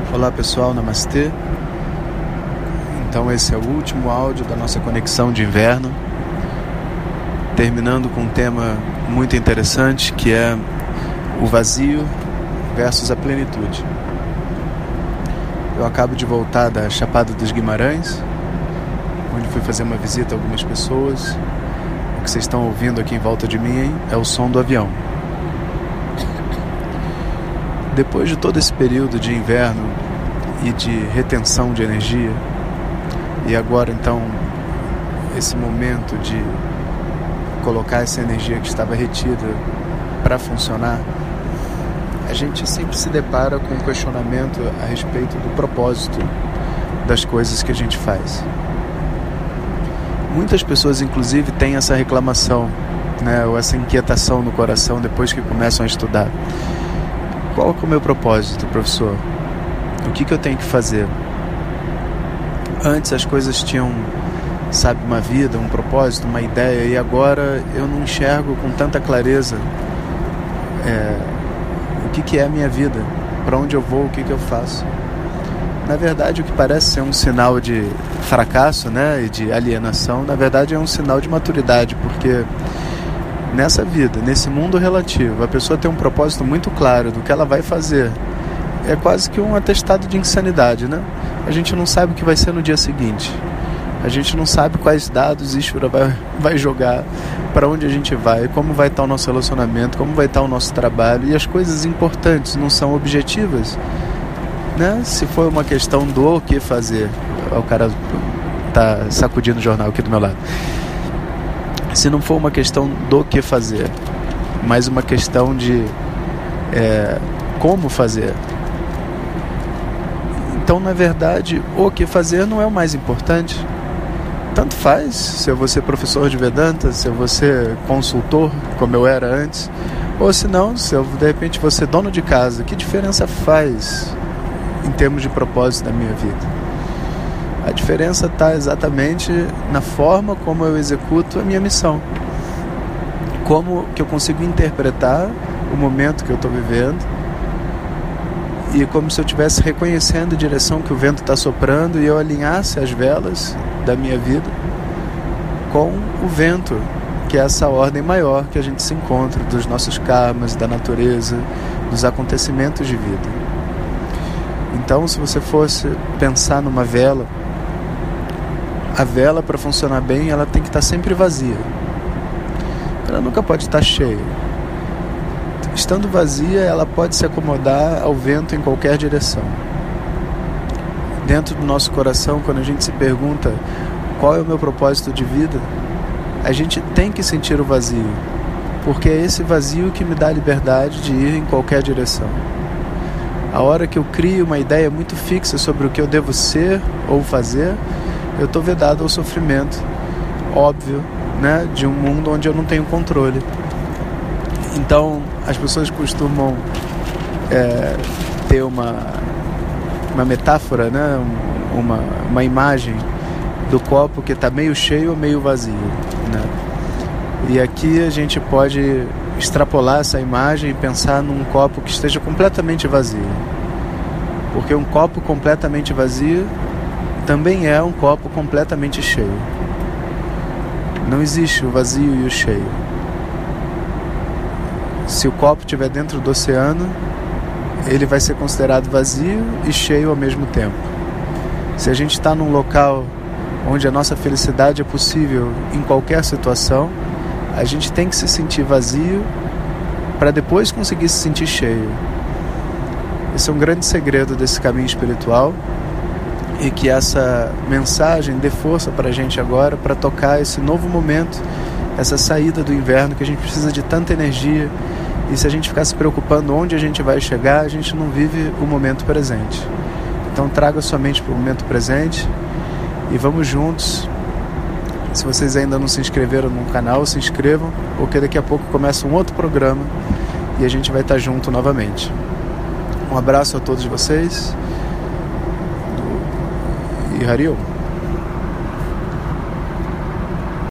Olá pessoal, Namastê. Então esse é o último áudio da nossa conexão de inverno, terminando com um tema muito interessante que é o vazio versus a plenitude. Eu acabo de voltar da Chapada dos Guimarães, onde fui fazer uma visita a algumas pessoas. O que vocês estão ouvindo aqui em volta de mim é o som do avião. Depois de todo esse período de inverno e de retenção de energia, e agora então esse momento de colocar essa energia que estava retida para funcionar, a gente sempre se depara com um questionamento a respeito do propósito das coisas que a gente faz. Muitas pessoas inclusive têm essa reclamação, né, ou essa inquietação no coração depois que começam a estudar. Qual é o meu propósito, professor? O que eu tenho que fazer? Antes as coisas tinham, uma vida, um propósito, uma ideia, e agora eu não enxergo com tanta clareza o que é a minha vida, para onde eu vou, o que eu faço. Na verdade, o que parece ser um sinal de fracasso, né, e de alienação, na verdade é um sinal de maturidade, porque nessa vida, nesse mundo relativo, a pessoa tem um propósito muito claro do que ela vai fazer. É quase que um atestado de insanidade, né? A gente não sabe o que vai ser no dia seguinte. A gente não sabe quais dados Ishvara vai jogar, para onde a gente vai, como vai estar o nosso relacionamento, como vai estar o nosso trabalho. E as coisas importantes não são objetivas, né? Se for uma questão do que fazer, o cara tá sacudindo o jornal aqui do meu lado. Se não for uma questão do que fazer, mas uma questão de como fazer. Então, na verdade, o que fazer não é o mais importante. Tanto faz se eu vou ser professor de Vedanta, se eu vou ser consultor, como eu era antes, ou se não, se eu de repente vou ser dono de casa. Que diferença faz em termos de propósito da minha vida? A diferença está exatamente na forma como eu executo a minha missão. Como que eu consigo interpretar o momento que eu estou vivendo, e como se eu estivesse reconhecendo a direção que o vento está soprando e eu alinhasse as velas da minha vida com o vento, que é essa ordem maior que a gente se encontra dos nossos karmas, da natureza, dos acontecimentos de vida. Então, se você fosse pensar numa vela, a vela, para funcionar bem, ela tem que estar sempre vazia. Ela nunca pode estar cheia. Estando vazia, ela pode se acomodar ao vento em qualquer direção. Dentro do nosso coração, quando a gente se pergunta qual é o meu propósito de vida, a gente tem que sentir o vazio, porque é esse vazio que me dá a liberdade de ir em qualquer direção. A hora que eu crio uma ideia muito fixa sobre o que eu devo ser ou fazer, eu estou vedado ao sofrimento óbvio, né, de um mundo onde eu não tenho controle. Então, as pessoas costumam ter uma metáfora, né, uma imagem do copo que está meio cheio ou meio vazio, né? E aqui a gente pode extrapolar essa imagem e pensar num copo que esteja completamente vazio. Porque um copo completamente vazio também é um copo completamente cheio. Não existe o vazio e o cheio. Se o copo estiver dentro do oceano, ele vai ser considerado vazio e cheio ao mesmo tempo. Se a gente está num local onde a nossa felicidade é possível em qualquer situação, a gente tem que se sentir vazio para depois conseguir se sentir cheio. Esse é um grande segredo desse caminho espiritual, e que essa mensagem dê força para a gente agora, para tocar esse novo momento, essa saída do inverno, que a gente precisa de tanta energia, e se a gente ficar se preocupando onde a gente vai chegar, a gente não vive o momento presente. Então traga sua mente para o momento presente e vamos juntos. Se vocês ainda não se inscreveram no canal, se inscrevam, porque daqui a pouco começa um outro programa e a gente vai estar junto novamente. Um abraço a todos vocês e Hariom.